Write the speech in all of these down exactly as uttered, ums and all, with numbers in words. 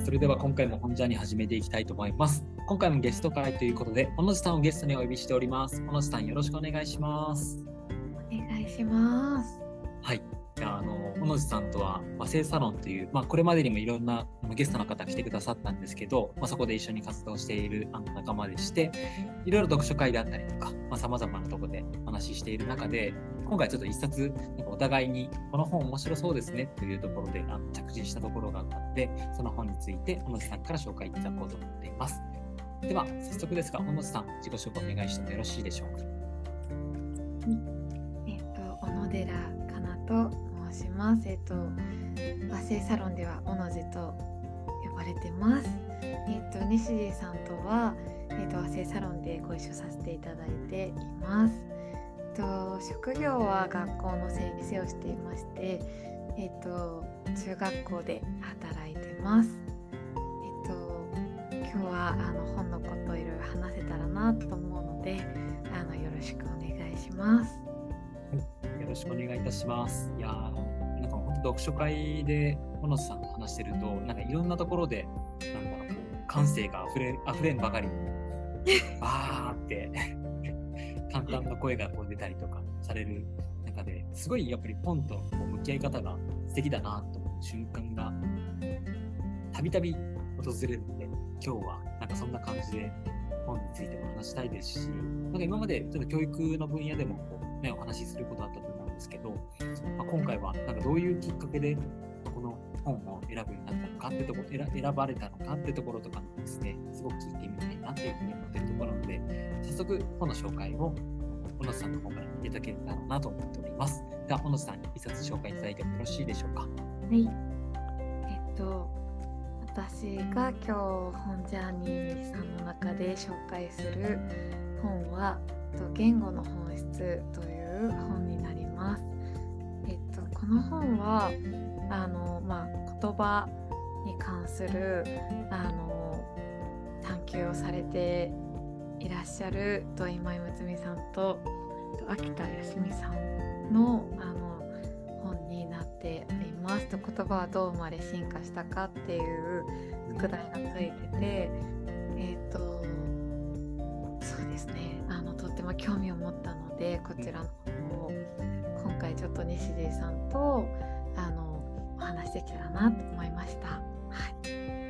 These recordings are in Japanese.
それでは今回も本ジャーニー始めていきたいと思います。今回もゲスト会ということで、小野寺さんをゲストにお呼びしております。小野寺さん、よろしくお願いします。 お願いします。 はい。あの小野寺さんとは和製サロンという、まあ、これまでにもいろんなゲストの方来てくださったんですけど、まあ、そこで一緒に活動しているあの仲間でして、いろいろ読書会であったりとかさまざ、まなところでお話ししている中で、今回ちょっと一冊なんかお互いにこの本面白そうですねというところであの着地したところがあったので、その本について小野寺さんから紹介いただこうと思っています。では早速ですが、小野寺さん、自己紹介お願いしてもよろしいでしょうか。 えっと小野寺かなと申します。えっと和製サロンでは小野寺と呼ばれてます。えっと西地さんとは、えっと和製サロンでご一緒させていただいています。えっと職業は学校の先生をしていまして、えっと中学校で働いてます。えっと今日はあの本のことをいろいろ話せたらなと思うので、あのよろしくお願いします。 よろしくお願いいたします。いやー、なんか本当読書会で小野さんと話してると、なんかいろんなところでなんだろう、こう感性があふれあふれんばかりにバーって簡単な声がこう出たりとかされる中で、すごいやっぱり本とこう向き合い方が素敵だなと思う瞬間がたびたび訪れるので、今日はなんかそんな感じで本についても話したいですし、なんか今までちょっと教育の分野でもこう、ね、お話しすることあったと思うんですけど、まあ、今回はなんかどういうきっかけでこの本を選ぶようになったのかってところ、選、選ばれたのかってところとかもですね、すごく聞いてみたいなっていうふうに思っているところなので、早速本の紹介を小野さんの方からいただけたらなと思っております。では小野さんに一冊紹介いただいてもよろしいでしょうか。 はい。えっと私が今日本ジャーニーさんの中で紹介する本は言語の本質という本になります。えっとこの本はあの、まあ、言葉に関するあの探求をされていらっしゃると今井睦美さんと秋田康美さんのあの本になっております。と言葉はどう生まれ進化したかっていう副題がついてて、えっとそうですね、あのとっても興味を持ったので、こちらの本を今回ちょっと西地さんとあのお話できたらなと思いました。はい、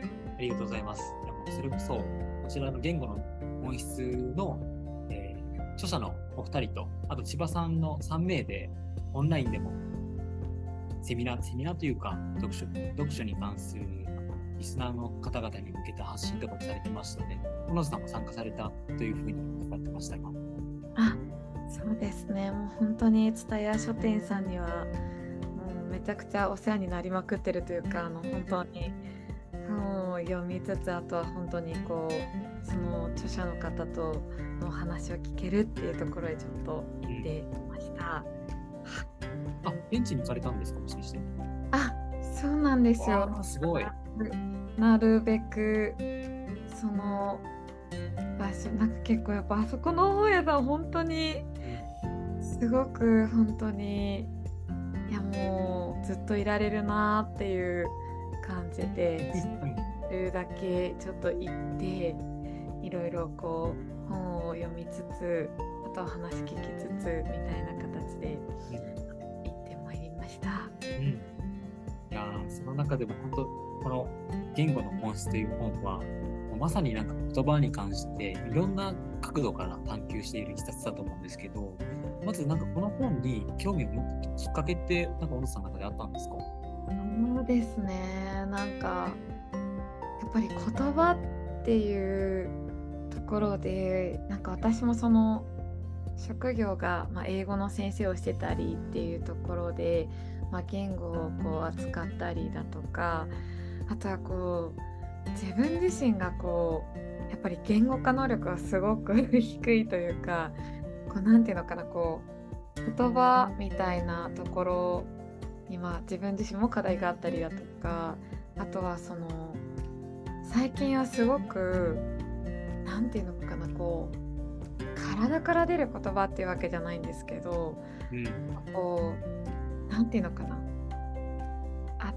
ありがとうございます。いやもうそれこそこちらの言語の本質の、えー、著者のお二人と、あと千葉さんのさん名でオンラインでもセミナー、セミナーというか読書、読書に関するリスナーの方々に向けた発信とかもされてましたので、小野さんも参加されたというふうに伺ってましたが。 あ、そうですね。もう本当に蔦屋書店さんにはもうめちゃくちゃお世話になりまくってるというか、あの本当にもう読みつつ、あとは本当にこうその著者の方とのお話を聞けるっていうところへちょっと行ってました。 うん、あ、現地に行かれたんですか、もしかして。 あ、そうなんですよ。 あ、すごい。 なるべくその場所、なんか結構やっぱあそこの本屋さん本当にすごく本当に、いやもうずっといられるなっていう感じで、知るだけちょっと行っていろいろこう本を読みつつ、あとは話聞きつつみたいな形で行ってまいりました。 うん、いやその中でも本当この言語の本質という本はまさになんか言葉に関していろんな角度から探求している一冊だと思うんですけど、まずなんかこの本に興味を持ったきっかけってなんか小野さんの中であったんですか？ そうですね、なんかやっぱり言葉っていうところで、なんか私もその職業が、まあ、英語の先生をしてたりっていうところで、まあ、言語をこう扱ったりだとか、あとはこう自分自身がこうやっぱり言語化能力がすごく低いというか、こうなんていうのかな、こう言葉みたいなところに、まあ、自分自身も課題があったりだとか、あとはその最近はすごくなんていうのかな、こう体から出る言葉っていうわけじゃないんですけど、うん、こうなんていうのかな、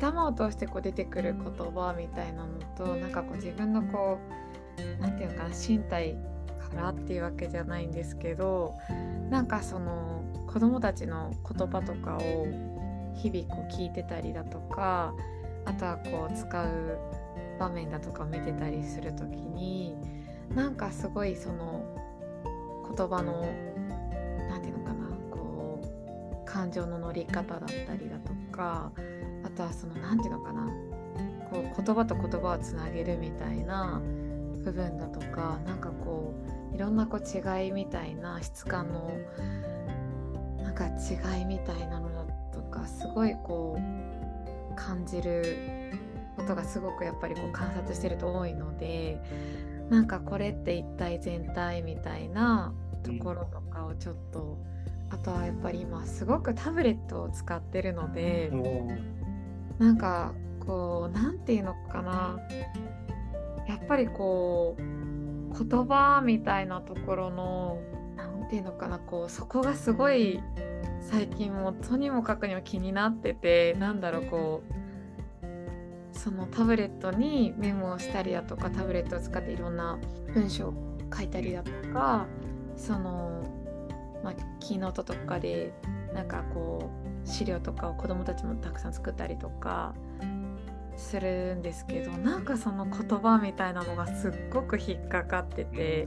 頭を通してこう出てくる言葉みたいなのと、なんかこう自分のこうなんていうのかな、身体からっていうわけじゃないんですけど、なんかその子供たちの言葉とかを日々こう聞いてたりだとか、あとはこう使う場面だとかを見てたりするときに、なんかすごいその言葉のなんていうのかな、こう感情の乗り方だったりだとか、あとはそのなんていうのかな、こう言葉と言葉をつなげるみたいな部分だとか、なんかこういろんなこう違いみたいな質感のなんか違いみたいなのだとか、すごいこう感じることがすごくやっぱりこう観察してると多いので、なんかこれって一体全体みたいなところとかをちょっと、あとはやっぱり今すごくタブレットを使ってるので、なんかこうなんていうのかな、やっぱりこう言葉みたいなところのなんていうのかな、こうそこがすごい最近もとにもかくにも気になってて、なんだろう、こうそのタブレットにメモをしたりだとか、タブレットを使っていろんな文章を書いたりだとか、その、まあ、キーノートとかでなんかこう資料とかを子どもたちもたくさん作ったりとかするんですけど、なんかその言葉みたいなのがすっごく引っかかってて、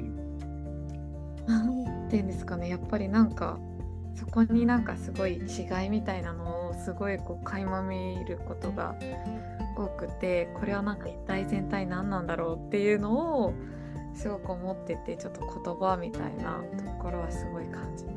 なんていうんですかね、やっぱりなんかそこになんかすごい違いみたいなのをすごいこう垣間見ることが多くて、これはなんか一体全体何なんだろうっていうのをすごく思ってて、ちょっと言葉みたいなところはすごい感じます。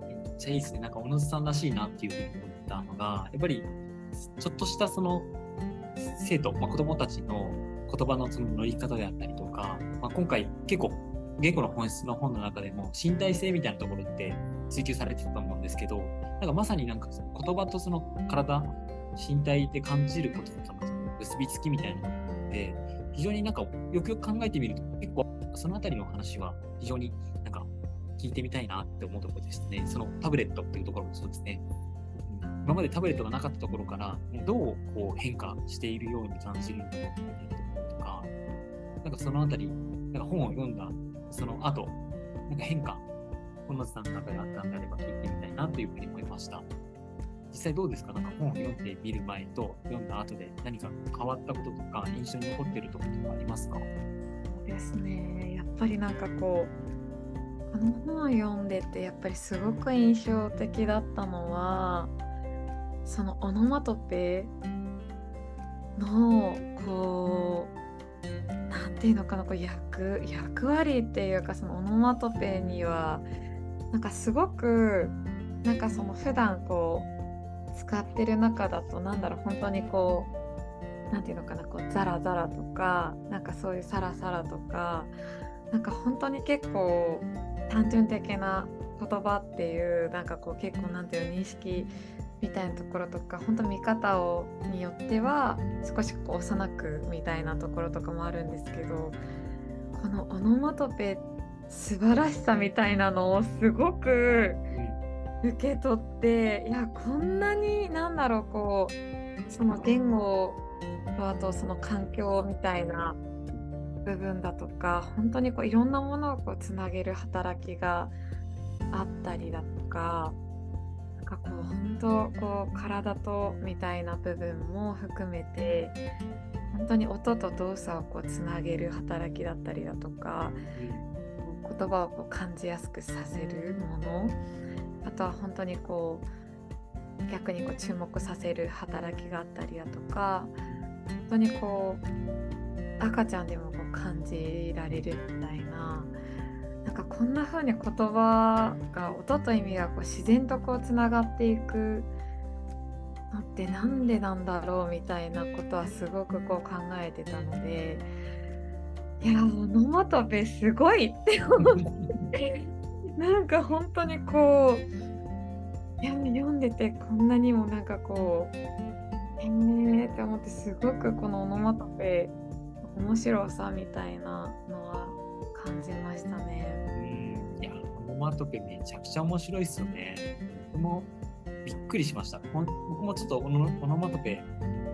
めっちゃいいですね。なんか小野さんらしいなっていうふうに思ったのが、やっぱりちょっとしたその生徒、まあ、子どもたちの言葉のその乗り方であったりとか、まあ、今回結構言語の本質の本の中でも身体性みたいなところって追求されてたと思うんですけど、なんかまさになんかその言葉とその体、身体で感じることとかのその結びつきみたいなので、非常になんかよくよく考えてみると結構そのあたりの話は非常になんか聞いてみたいなって思うところでしたね。そのタブレットっていうところもそうですね。今までタブレットがなかったところからどうこう変化しているように感じるのかみたいなところとか、なんかそのあたり、なんか本を読んだその後、なんか変化、本松さんの中であったんであれば聞いてみたいなというふうに思いました。実際どうですか？なんか本を読んでみる前と読んだ後で何か変わったこととか印象に残っているところとかありますか？ そうですね、やっぱりなんかこうこの本を読んでてやっぱりすごく印象的だったのは、そのオノマトペのこうなんていうのかな、こう 役, 役割っていうか、そのオノマトペにはなんかすごくなんかその普段こう使ってる中だと、なんだろう、本当にこうなんていうのかな、こうザラザラとか、なんかそういうサラサラとか、なんか本当に結構単純的な言葉っていう、なんかこう結構なんていう認識みたいなところとか、本当見方をによっては少しこう幼くみたいなところとかもあるんですけど、このオノマトペ素晴らしさみたいなのをすごく受け取って、いやこんなになんだろう、こうその言語とあとその環境みたいな部分だとか、本当にこういろんなものをこうつなげる働きがあったりだとか、なんかこう本当こう体とみたいな部分も含めて、本当に音と動作をこうつなげる働きだったりだとか、言葉をこう感じやすくさせるもの、あとは本当にこう逆にこう注目させる働きがあったりだとか、本当にこう赤ちゃんでもこう感じられるみたいな、なんかこんな風に言葉が音と意味がこう自然とこうつながっていくのってなんでなんだろうみたいなことはすごくこう考えてたので、いやオノマトペすごいって思ってなんか本当にこういや読んでてこんなにもなんかこうへーって思って、すごくこのオノマトペ面白さみたいなのは感じましたね。 うん、いやオノマトペめちゃくちゃ面白いですよね。僕もびっくりしました。僕もちょっとオノ、オノマトペ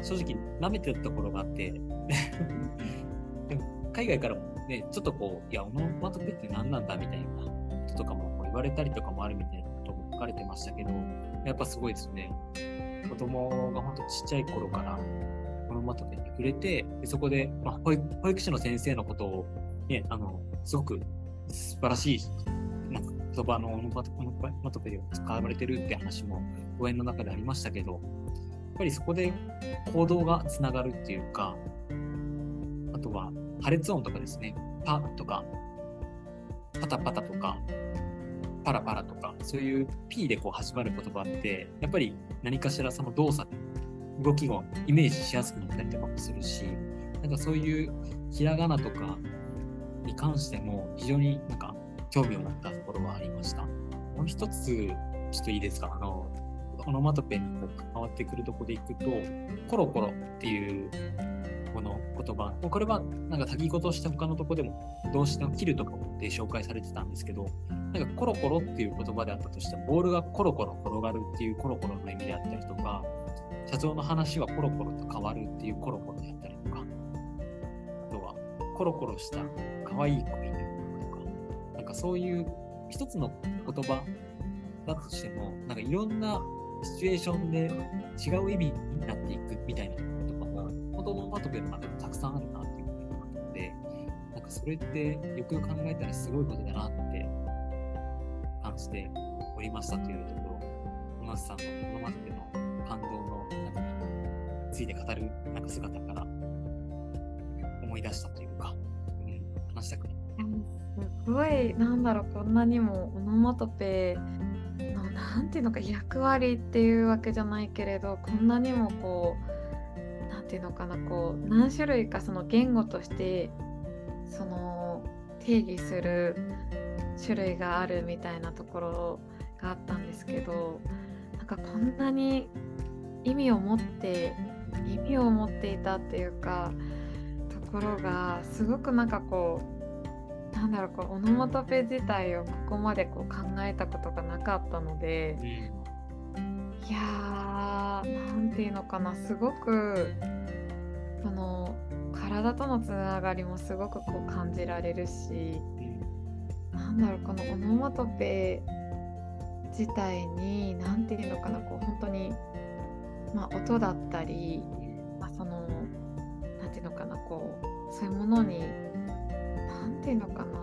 正直舐めてたところがあってでも海外からもね、ちょっとこう、いや、オノマトペって何なんだみたいなこととかもこう言われたりとかもあるみたいなことも書かれてましたけど、やっぱすごいですね。子供が本当ちっちゃい頃からオノマトペに触れて、でそこで、まあ、保育、保育士の先生のことを、ね、あの、すごく素晴らしい、なんか言葉のオノマトオノマトペで使われてるって話も講演の中でありましたけど、やっぱりそこで行動がつながるっていうか、あとは破裂音とかですね、パとか、パタパタとか、パラパラとか、そういう P でこう始まる言葉って、やっぱり何かしらその動作、動きをイメージしやすくなったりとかもするし、なんかそういうひらがなとかに関しても非常になんか興味を持ったところはありました。もう一つ、ちょっといいですか、あの、オノマトペにこう関わってくるところでいくと、コロコロっていうこの言葉、これはなんか先ごとして他のところでも動詞の切るとかで紹介されてたんですけど、なんかコロコロっていう言葉であったとしても、ボールがコロコロ転がるっていうコロコロの意味であったりとか、社長の話はコロコロと変わるっていうコロコロであったりとか、あとはコロコロした可愛い子犬とか、なんかそういう一つの言葉だとしても、なんかいろんなシチュエーションで違う意味になっていくみたいなところとかも、本当のオノマトペの中でもたくさんあるなっていうふうに思ったので、なんかそれってよくよく考えたらすごいことだなって感じておりましたというところ、小松さんのオノマトペの感動の中について語るなんか姿から思い出したというか、うん、話したくなる。 すごい、なんだろう、こんなにもオノマトペのなんていうのか役割っていうわけじゃないけれど、こんなにもこうなんていうのかな、こう何種類かその言語としてその定義する種類があるみたいなところがあったんですけど、なんかこんなに意味を持って意味を持っていたっていうかところがすごくなんかこうなんだろう、こうオノマトペ自体をここまでこう考えたことがなかったので、うん、いやー、なんていうのかな、すごくその体とのつながりもすごくこう感じられるし、うん、なんだろう、このオノマトペ自体になんていうのかな、こう本当に、まあ、音だったり、まあ、そのなんていうのかな、こうそういうものになんていうのかな、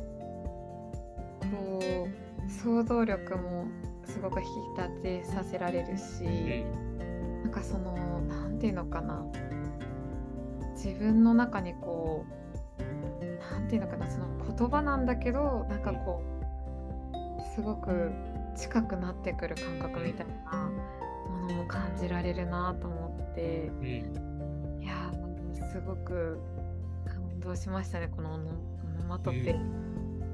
こう想像力もすごく引き立てさせられるし、なんかそのなんていうのかな、自分の中にこうなんていうのかな、その言葉なんだけどなんかこうすごく近くなってくる感覚みたいなものも感じられるなと思って、いやすごくどうしましたね、このオノマトペ、うん、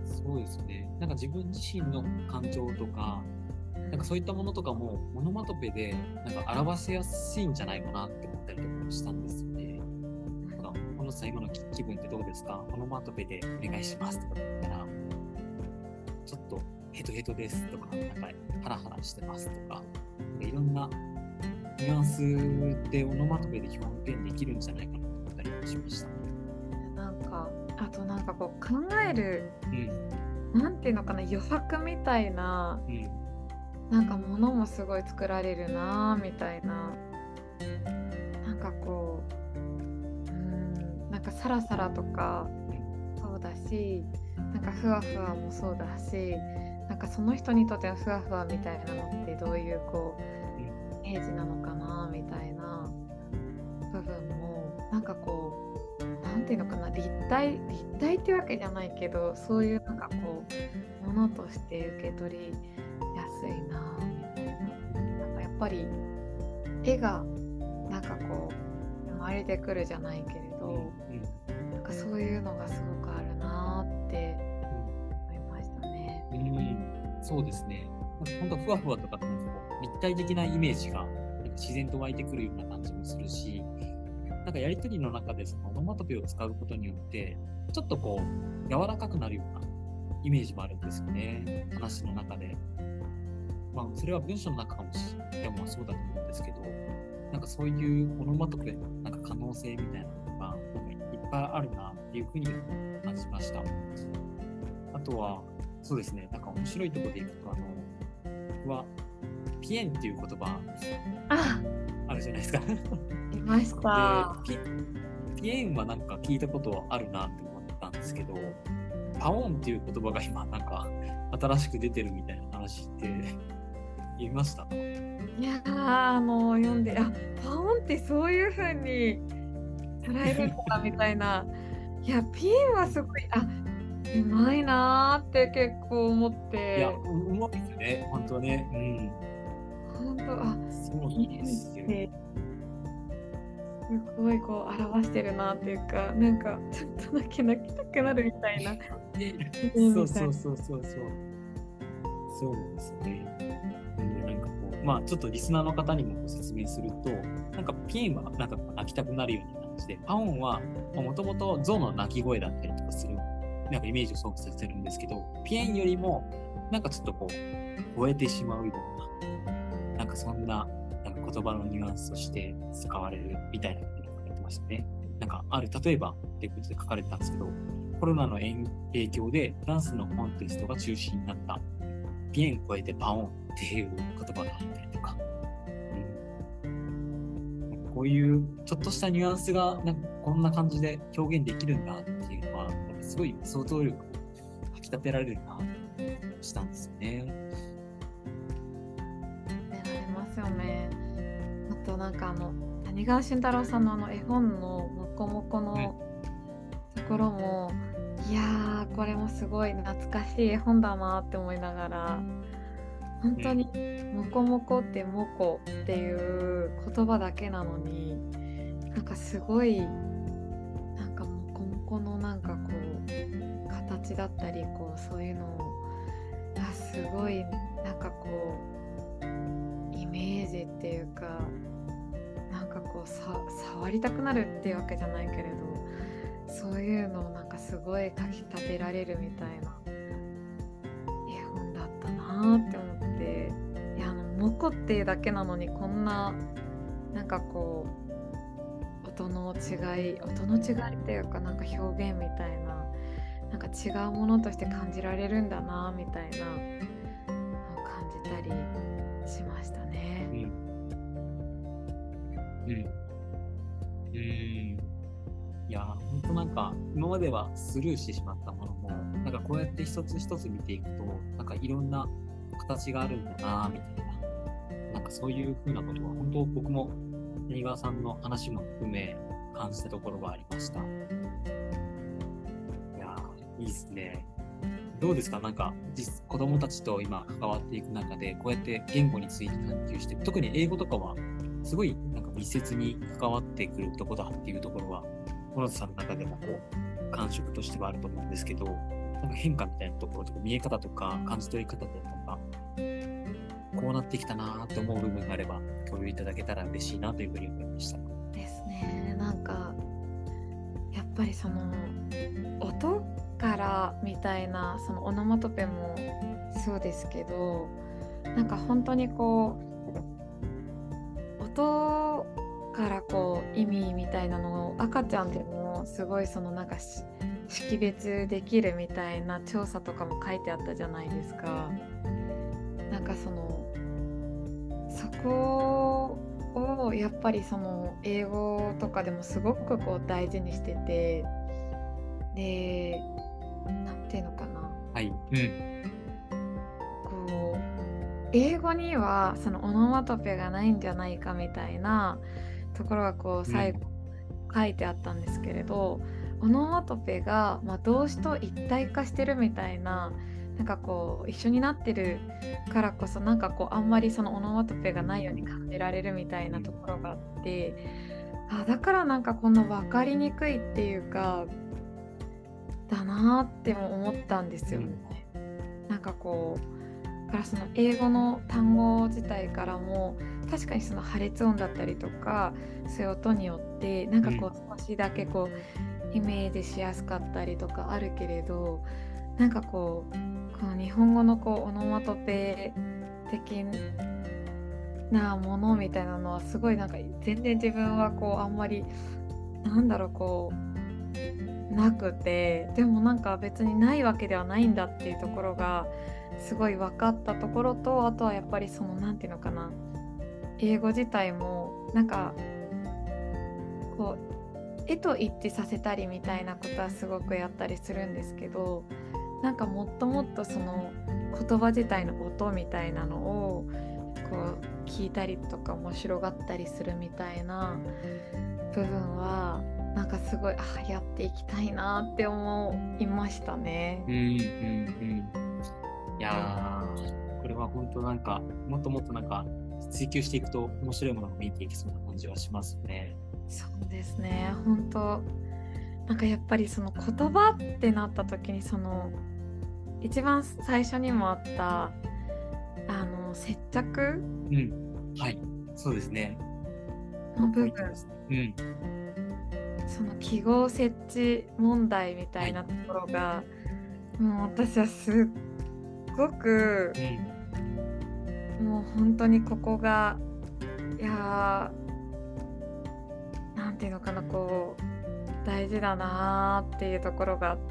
そうですね。なんか自分自身の感情とか、なんかそういったものとかもオノマトペでなんか表せやすいんじゃないかなって思ったりとかもしたんですよね。なんか小野さん今の気分ってどうですか？オノマトペでお願いしますとか言ったら、ちょっとヘトヘトですとか、なんかハラハラしてますとか、なんかいろんなニュアンスでオノマトペで表現できるんじゃないかなと思ったりもしました。 あとなんかこう考える、うん、なんていうのかな、余白みたいな、うん、なんかものもすごい作られるなみたいな、なんかこう、うん、なんかサラサラとかそうだし、なんかふわふわもそうだし、なんかその人にとってはふわふわみたいなのってどういうこうイメージなのかなみたいな部分もなんかこうなんていうのかな、立体立体ってわけじゃないけど、そういうなんかこうものとして受け取りやすいなみたいな、なんかやっぱり絵がなんかこう生まれてくるじゃないけれど、うん、なんかそういうのがすごくあるなって思いましたね。 うん、そうですね。なんか本当ふわふわとかってなんかこう立体的なイメージがなんか自然と湧いてくるような感じもするし。なんかやりとりの中でそのオノマトペを使うことによってちょっとこう柔らかくなるようなイメージもあるんですよね、話の中で。まあそれは文章の中かもしれないもそうだと思うんですけど、 なんかそういうオノマトペのなんか可能性みたいなのがなんかいっぱいあるなっていうふうに感じました。あとはそうですね、なんか面白いところでいくと、あの僕はピエンっていう言葉あ、 あるじゃないですか。 いました。 でピ、ピエンはなんか聞いたことはあるなって思ったんですけど、パオンっていう言葉が今なんか新しく出てるみたいな話って言いました？ いやー、あの読んで、あ、パオンってそういう風に捉えるんだみたいな。いや、ピエンはすごい、あ、うまいなーって結構思っいや、 て、 うまいですよね、本当ね。 本当、あ、 うん。そうなんピエンですよ。 ってすごいこう表してるなっていうか、なんかちょっとだけ泣きたくなるみたいな。 そうそうそうそうそう。そうなんですよね。でなんかこう、まあちょっとリスナーの方にもご説明すると、なんかピエンはなんか泣きたくなるような感じで、パオンはもともと象の鳴き声だったりとかする、なんかイメージをすごくさせるんですけど、ピエンよりもなんかちょっとこう、吠えてしまうような、なんかそんな、なんか言葉のニュアンスとして使われるみたいなことが書かれてましたね。なんかある、例えばっていうことで書かれてたんですけど、コロナの影響でダンスのコンテストが中止になった。ピエン超えてパオンっていう言葉があったりとか、うん、こういうちょっとしたニュアンスがなんかこんな感じで表現できるんだっていうのは、なんかすごい想像力をかき立てられるなとしたんですよね。 ありますよね。あとなんかあの谷川俊太郎さんのあの絵本のモコモコのところも、うん、いやーこれもすごい懐かしい絵本だなって思いながら、本当にモコモコってモコっていう言葉だけなのに、なんかすごいなんかモコモコのなんかこう形だったりこうそういうのがすごいなんかこうイメージっていうか、なんかこうさ触りたくなるっていうわけじゃないけれど、そういうのをなんかすごいかき立てられるみたいな絵本だったなって思って、いやあのモコっていうだけなのにこんななんかこう音の違い音の違いっていうかなんか表現みたいな、なんか違うものとして感じられるんだなみたいなのを感じたりしましたね。 うん。うん。うん。いや本当なんか今まではスルーしてしまったものも、なんかこうやって一つ一つ見ていくと、なんかいろんな形があるんだなみたいな、なんかそういう風なことは本当僕も谷川さんの話も含め感じたところがありました。いやいいですね。どうですか、なんか実子どもたちと今関わっていく中でこうやって言語について探求して、特に英語とかはすごいなんか密接に関わってくるとこだっていうところは小野さんの中でもこう感触としてはあると思うんですけど、なんか変化みたいなところとか見え方とか感じ取り方とかこうなってきたなと思う部分があれば共有いただけたら嬉しいなというふうに思いました。 ですね。なんかやっぱりその音からみたいなそのオノマトペもそうですけど、なんか本当にこう音からこう意味みたいなのを赤ちゃんでもすごいそのなんか識別できるみたいな調査とかも書いてあったじゃないですか。なんかそのそこをやっぱりその英語とかでもすごくこう大事にしてて、でなんていうのかな、 はい、うん、 こう英語にはそのオノマトペがないんじゃないかみたいなところがこう最後書いてあったんですけれど、うん、オノマトペが、まあ、動詞と一体化してるみたいな、なんかこう一緒になってるからこそなんかこうあんまりそのオノマトペがないように感じられるみたいなところがあって、あだからなんかこんな分かりにくいっていうかだなっても思ったんですよね。うん、なんかこうからその英語の単語自体からも確かにその破裂音だったりとかそういう音によってなんかこう少しだけこうイメージしやすかったりとかあるけれど、なんかこうこの日本語のこうオノマトペ的なものみたいなのはすごいなんか全然自分はこうあんまりなんだろうこうなくて、でもなんか別にないわけではないんだっていうところがすごい分かったところと、あとはやっぱりそのなんていうのかな、英語自体もなんかこう絵と一致させたりみたいなことはすごくやったりするんですけど、なんかもっともっとその言葉自体の音みたいなのをこう聞いたりとか面白がったりするみたいな部分はなんかすごいあやっていきたいなって思いましたね。 うんうんうん。いやー、これは本当なんかもっともっとなんか追求していくと面白いものが見えていきそうな感じはしますね。 そうですね、本当なんかやっぱりその言葉ってなった時にその一番最初にもあったあの接着、 うん、はい、そうですね。 の部分、 うん、 その記号設置問題みたいなところが、はい、もう私はすっごく、うん、もう本当にここがいやなんていうのかなこう大事だなっていうところがあって、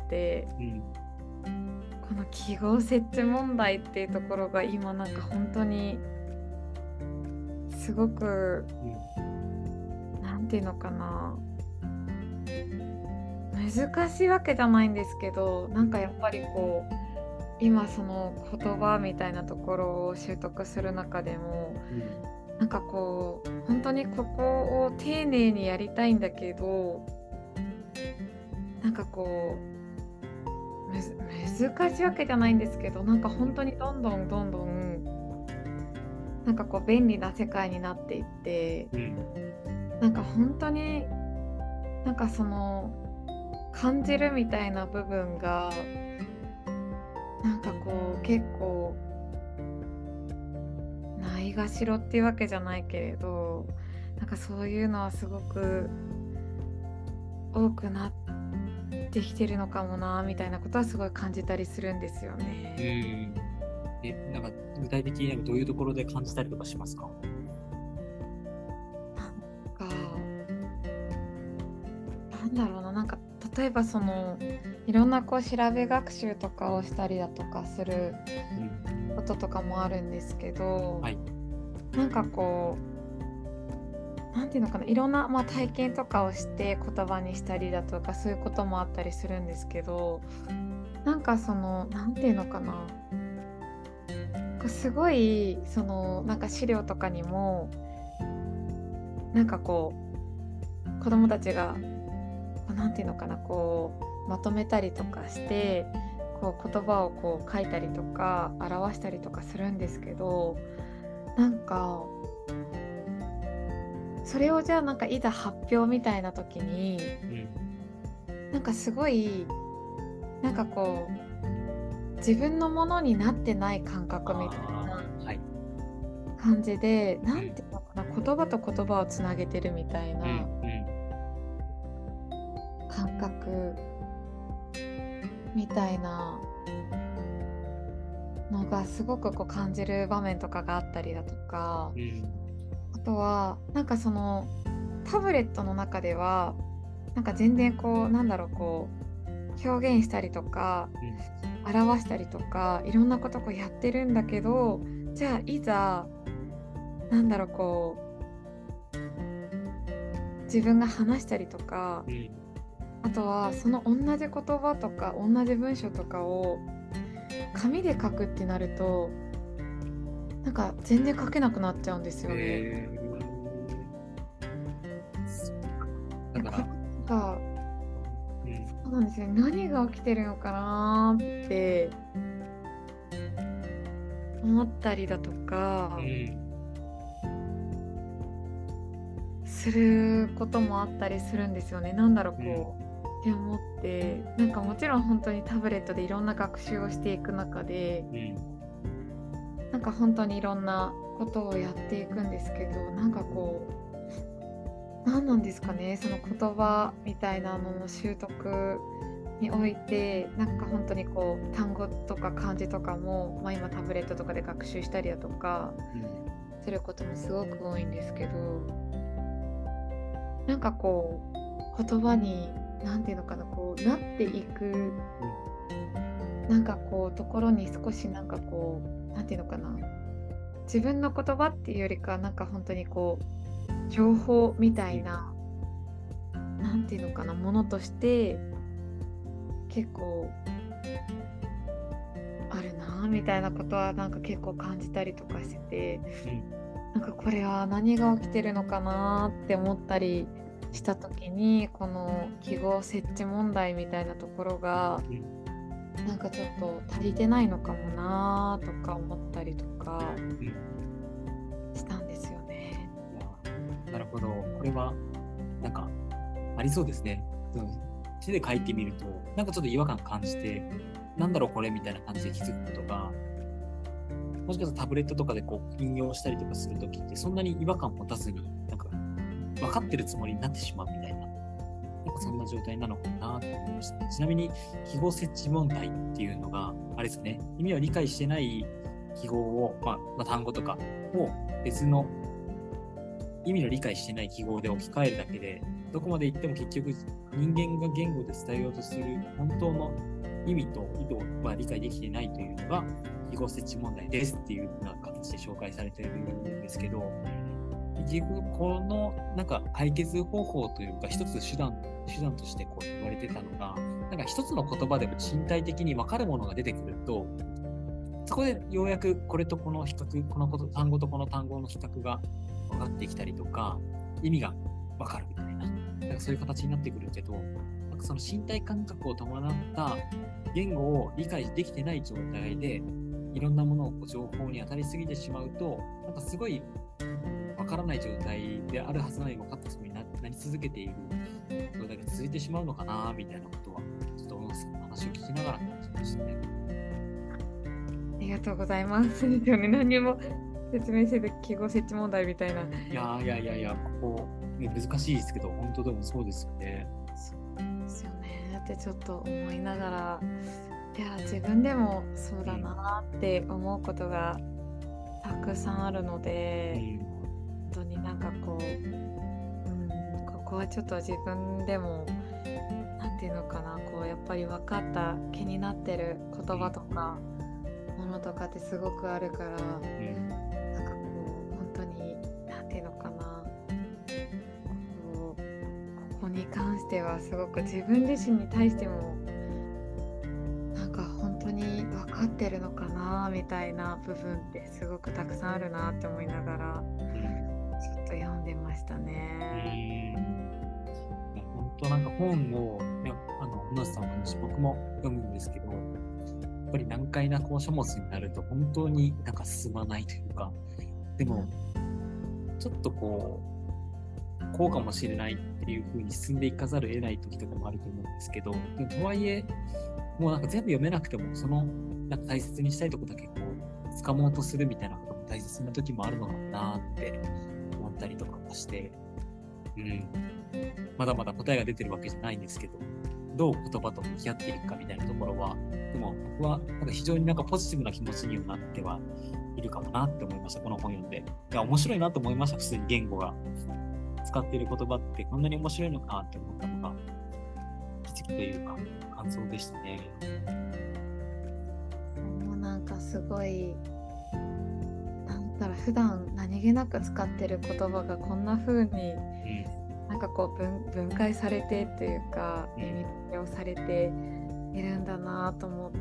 うん、この記号設置問題っていうところが今なんか本当にすごく、うん、なんていうのかな難しいわけじゃないんですけど、なんかやっぱりこう今その言葉みたいなところを習得する中でも、うん、なんかこう本当にここを丁寧にやりたいんだけど、なんかこうむ難しいわけじゃないんですけど、なんか本当にどんどんどんどんなんかこう便利な世界になっていって、うん、なんか本当になんかその感じるみたいな部分がなんかこう結構ないがしろっていうわけじゃないけれど、なんかそういうのはすごく多くなってきてるのかもなみたいなことはすごい感じたりするんですよね。 うん、えなんか具体的にどういうところで感じたりとかしますか？ なんかなんだろうな、なんか例えばそのいろんなこう調べ学習とかをしたりだとかすることとかもあるんですけど、うんはい、なんかこうなんていうのかな、いろんな、まあ、体験とかをして言葉にしたりだとかそういうこともあったりするんですけど、なんかそのなんていうのかな、すごいそのなんか資料とかにもなんかこう子どもたちがなんていうのかなこうまとめたりとかしてこう言葉をこう書いたりとか表したりとかするんですけど、なんかそれをじゃあなんかいざ発表みたいな時に、うん、なんかすごいなんかこう自分のものになってない感覚みたいな感じで、はい、なんていうのかな、言葉と言葉をつなげてるみたいな、うん感覚みたいなのがすごくこう感じる場面とかがあったりだとか、うん、あとはなんかそのタブレットの中ではなんか全然こうなんだろうこう表現したりとか、うん、表したりとかいろんなことをやってるんだけど、じゃあいざなんだろうこう自分が話したりとか、うんあとはその同じ言葉とか同じ文章とかを紙で書くってなるとなんか全然書けなくなっちゃうんですよね。えー、だからか、うん、そうなんですよね。何が起きてるのかなって思ったりだとか、うん、することもあったりするんですよね。なんだろうこう、うんって思って、なんかもちろん本当にタブレットでいろんな学習をしていく中で、うん、なんか本当にいろんなことをやっていくんですけど、なんかこう何なんですかね、その言葉みたいなのの習得においてなんか本当にこう単語とか漢字とかも、まあ、今タブレットとかで学習したりだとかすることもすごく多いんですけど、なんかこう言葉になんていうのかな、こうなっていくなんかこうところに少しなんかこうなんていうのかな、自分の言葉っていうよりかなんか本当にこう情報みたいな、なんていうのかな、ものとして結構あるなみたいなことはなんか結構感じたりとかしてて、なんかこれは何が起きてるのかなって思ったりした時に、この記号設置問題みたいなところがなんかちょっと足りてないのかもなとか思ったりとかしたんですよね。 いやなるほど、これはなんかありそうですね。手で書いてみるとなんかちょっと違和感感じて、なんだろうこれみたいな感じで気づくことが、もしかしたらタブレットとかでこう引用したりとかするときってそんなに違和感持たずになんか分かってるつもりになってしまうみたいな、なんかそんな状態なのかなと思いました。ちなみに記号設置問題っていうのがあれですね、意味を理解してない記号を、まあ、まあ単語とかを別の意味の理解してない記号で置き換えるだけで、どこまで行っても結局人間が言語で伝えようとする本当の意味と意図は理解できていないというのが記号設置問題ですっていうような形で紹介されているんですけど、結局このなんか解決方法というか一つ手段手段としてこう言われてたのが、なんか一つの言葉でも身体的に分かるものが出てくると、そこでようやくこれとこの比較、このこと単語とこの単語の比較が分かってきたりとか、意味が分かるみたいな、なんかそういう形になってくるけど、なんかその身体感覚を伴った言語を理解できてない状態でいろんなものをこう情報に当たりすぎてしまうと、なんかすごい分からない状態であるはずなのに分かったつもりに な, なり続けている状態が続いてしまうのかなみたいなことはちょっと小野さんの話を聞きながら感じましたね。 ありがとうございます。ですよね、何も説明せず記号設置問題みたいな。いやいやいやいや、ここ、ね、難しいですけど本当でもそうですよね。 そうですよねってちょっと思いながら、いや自分でもそうだなって思うことがたくさんあるので、うん、本当になんかこう、うん、ここはちょっと自分でもなんていうのかな、こうやっぱり分かった気になってる言葉とかものとかってすごくあるから、うん、なんかこう本当になんていうのかな、こうここに関してはすごく自分自身に対してもなんか本当に分かってるのかなみたいな部分ってすごくたくさんあるなって思いながらちょっと読んでましたね。 うん、本当なんか本を、ね、あの小野さんの話僕も読むんですけど、やっぱり難解なこう書物になると本当になんか進まないというか、でもちょっとこうこうかもしれないっていう風に進んでいかざるを得ない時とかもあると思うんですけど、でもとはいえもうなんか全部読めなくてもそのなんか大切にしたいところだけこう掴もうとするみたいなことも大切な時もあるのかなって思ったりとかもして、うん、まだまだ答えが出てるわけじゃないんですけど、どう言葉と向き合っていくかみたいなところは、でも僕はなんか非常になんかポジティブな気持ちにはなってはいるかもなって思いました。この本読んで、いや面白いなと思いました。普通に言語が使っている言葉ってこんなに面白いのかって思ったのが気づきというか感想でしたね。 もうなんかすごいなんだろう、普段何気なく使ってる言葉がこんな風に、うん、なんかこう 分, 分解されてというか耳をされているんだなと思って、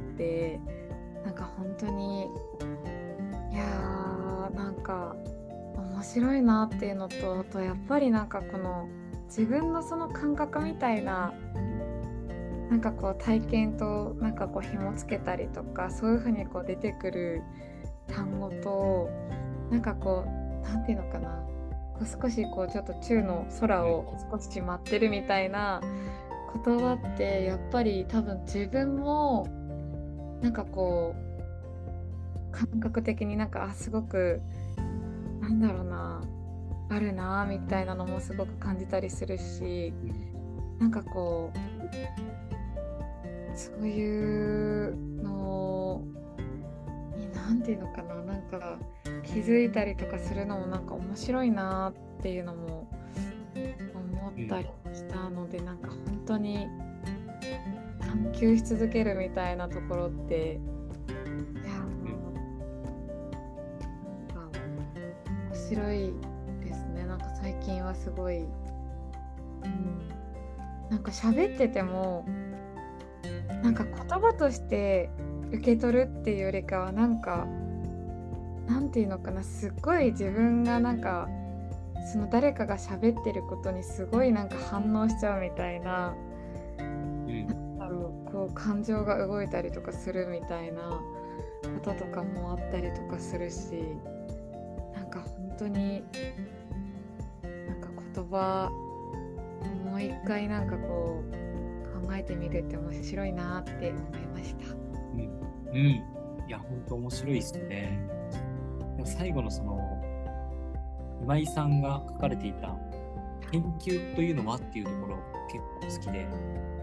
なんか本当にいやーなんか面白いなっていうのと、あとやっぱりなんかこの自分のその感覚みたいななんかこう体験となんかこう紐つけたりとか、そういう風にこう出てくる単語となんかこうなんていうのかな、こう少しこうちょっと宙の空を少し舞ってるみたいな言葉ってやっぱり多分自分もなんかこう感覚的になんかあすごくなんだろうなあるなみたいなのもすごく感じたりするし、なんかこうそういうのにななんていうのかな、なんか気づいたりとかするのもなんか面白いなっていうのも思ったりしたので、なんか本当に探求し続けるみたいなところって、いや、なんか面白いですね。なんか最近はすごい、うん、なんか喋っててもなんか言葉として受け取るっていうよりかは、なんかなんていうのかな、すっごい自分がなんかその誰かが喋ってることにすごいなんか反応しちゃうみたいな、なんだろう、こう感情が動いたりとかするみたいなこととかもあったりとかするし、なんか本当になんか言葉もう一回なんかこう考えてみるって面白いなって思いました。 うん、うん、いや本当面白いですね。でも最後のその今井さんが書かれていた研究というのはっていうところ結構好きで、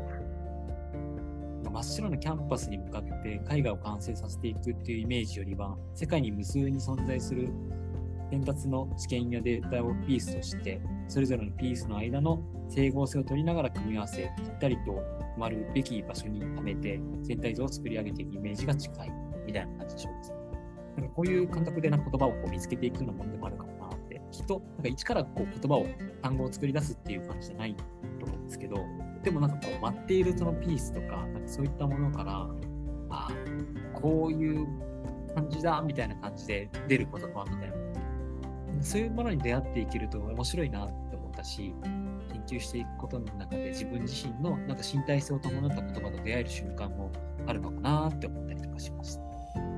真っ白なキャンパスに向かって絵画を完成させていくっていうイメージよりは、世界に無数に存在する伝達の知見やデータをピースとして、それぞれのピースの間の整合性を取りながら組み合わせ、ぴったりと埋まるべき場所にはめて全体像を作り上げていくイメージが近いみたいな感じでしょうか。なんかこういう感覚でな言葉をこう見つけていくようなものでもあるかもなって、きっとなんか一からこう言葉を単語を作り出すっていう感じじゃないと思うんですけど、でもなんかこう待っているそのピースとか、なんかそういったものから、ああこういう感じだみたいな感じで出る言葉みたいな、そういうものに出会っていけると面白いなって思ったし、研究していくことの中で自分自身のなんか身体性を伴った言葉と出会える瞬間もあるのかなって思ったりとかしました。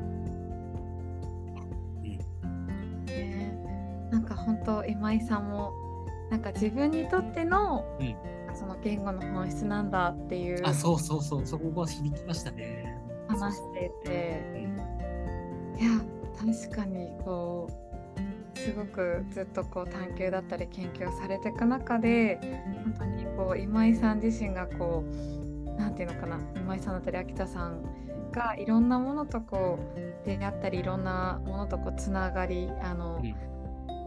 なんか本当今井さんもなんか自分にとっての、うん、その言語の本質なんだっていう、 あ、そうそうそう、そこが響きましたね。 話してて、うん、いや確かにこうすごくずっとこう探求だったり研究をされていく中で、本当にこう今井さん自身がこうなんていうのかな、今井さんだったり秋田さんがいろんなものとこう出会ったり、いろんなものとこうつながり、あの、うん、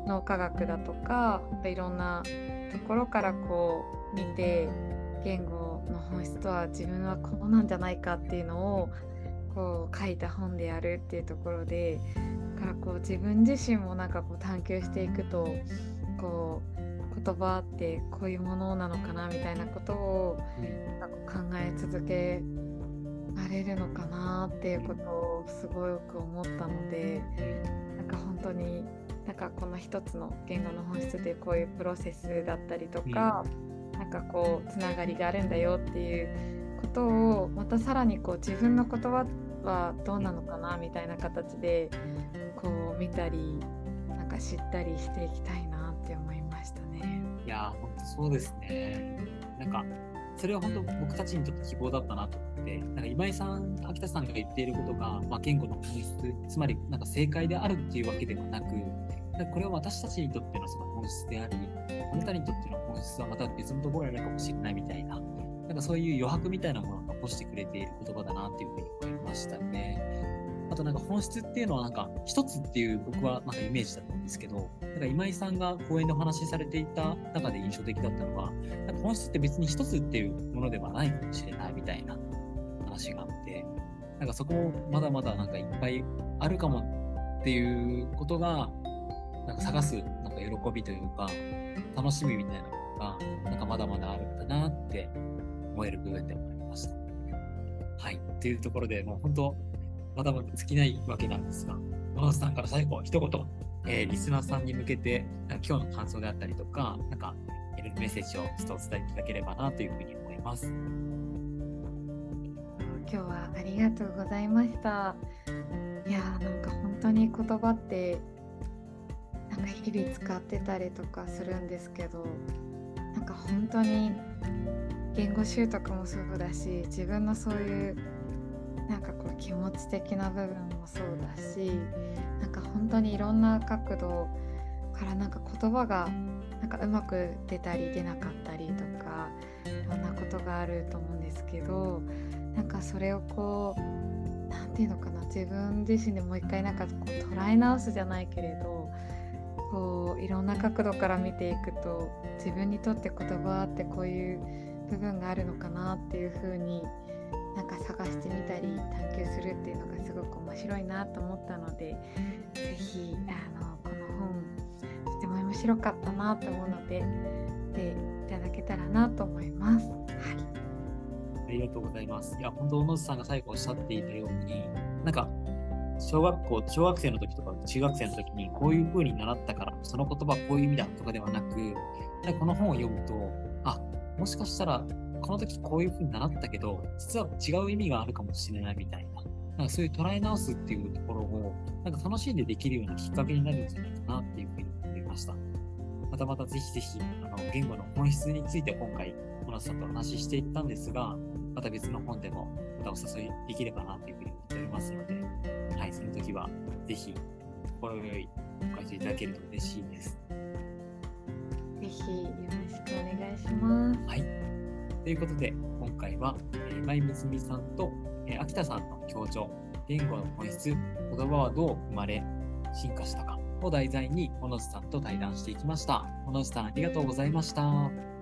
脳科学だとかいろんなところからこう見て、言語の本質とは自分はこうなんじゃないかっていうのをこう書いた本でやるっていうところで、だからこう自分自身もなんかこう探求していくと、こう言葉ってこういうものなのかなみたいなことをなんかこう考え続けられるのかなっていうことをすごく思ったので、なんか本当になんかこの一つの言語の本質でこういうプロセスだったりとか、うん、なんかこうつながりがあるんだよっていうことをまたさらにこう自分の言葉はどうなのかなみたいな形でこう見たりなんか知ったりしていきたいなって思いましたね。 いやー本当そうですね。なんかそれは本当僕たちにとって希望だったなと思って、なんか今井さん、秋田さんが言っていることが、まあ、言語の本質、つまりなんか正解であるっていうわけではなく、これは私たちにとってのその本質であり、あなたにとっての本質はまた別のところにあるかもしれないみたいな、なんかそういう余白みたいなものを残してくれている言葉だなっていうふうに思いましたね。あとなんか本質っていうのはなんか一つっていう僕はなんかイメージだったんですけど、なんか今井さんが講演でお話しされていた中で印象的だったのは、なんか本質って別に一つっていうものではないかもしれないみたいな話があって、なんかそこもまだまだなんかいっぱいあるかもっていうことが、なんか探すなんか喜びというか楽しみみたいなのがなんかまだまだあるんだなって思える部分で思いました。はい、というところでもう本当まだまだ尽きないわけなんですが、マウスさんから最後一言、えー、リスナーさんに向けて今日の感想であったりとか、なんかメッセージをちょっとお伝えいただければなというふうに思います。 今日はありがとうございました。いやーなんか本当に言葉ってなんか日々使ってたりとかするんですけど、なんか本当に言語習得もそうだし、自分のそういうなんかこう気持ち的な部分もそうだし、なんか本当にいろんな角度からなんか言葉がなんかうまく出たり出なかったりとかいろんなことがあると思うんですけど、なんかそれをこうなんていうのかな、自分自身でもう一回なんかこう捉え直すじゃないけれど、こういろんな角度から見ていくと、自分にとって言葉ってこういう部分があるのかなっていう風になんか探してみたり探求するっていうのがすごく面白いなと思ったので、ぜひあのこの本とても面白かったなと思うのででいただけたらなと思います。はい、 ありがとうございます。いや、本当、小野津さんが最後おっしゃっていたように、なんか、小学校、小学生の時とか中学生の時にこういう風に習ったから、その言葉こういう意味だとかではなく、この本を読むと、あ、もしかしたら、この時こういう風に習ったけど、実は違う意味があるかもしれないみたいな、なんかそういう捉え直すっていうところを、なんか楽しんでできるようなきっかけになるんじゃないかなっていう風に思いました。またまたぜひぜひ、あの言語の本質について今回、小野さんとお話ししていったんですが、また別の本でもまたお誘いできればなというふうに思っておりますので、はい、その時はぜひ心よいご回答いただけると嬉しいです。 ぜひよろしくお願いします。 はい。ということで、今回は、えー、今井むつみさんと、えー、秋田さんの強調、言語の本質、言葉はどう生まれ、進化したかを題材に、小野津さんと対談していきました。小野津さん、ありがとうございました。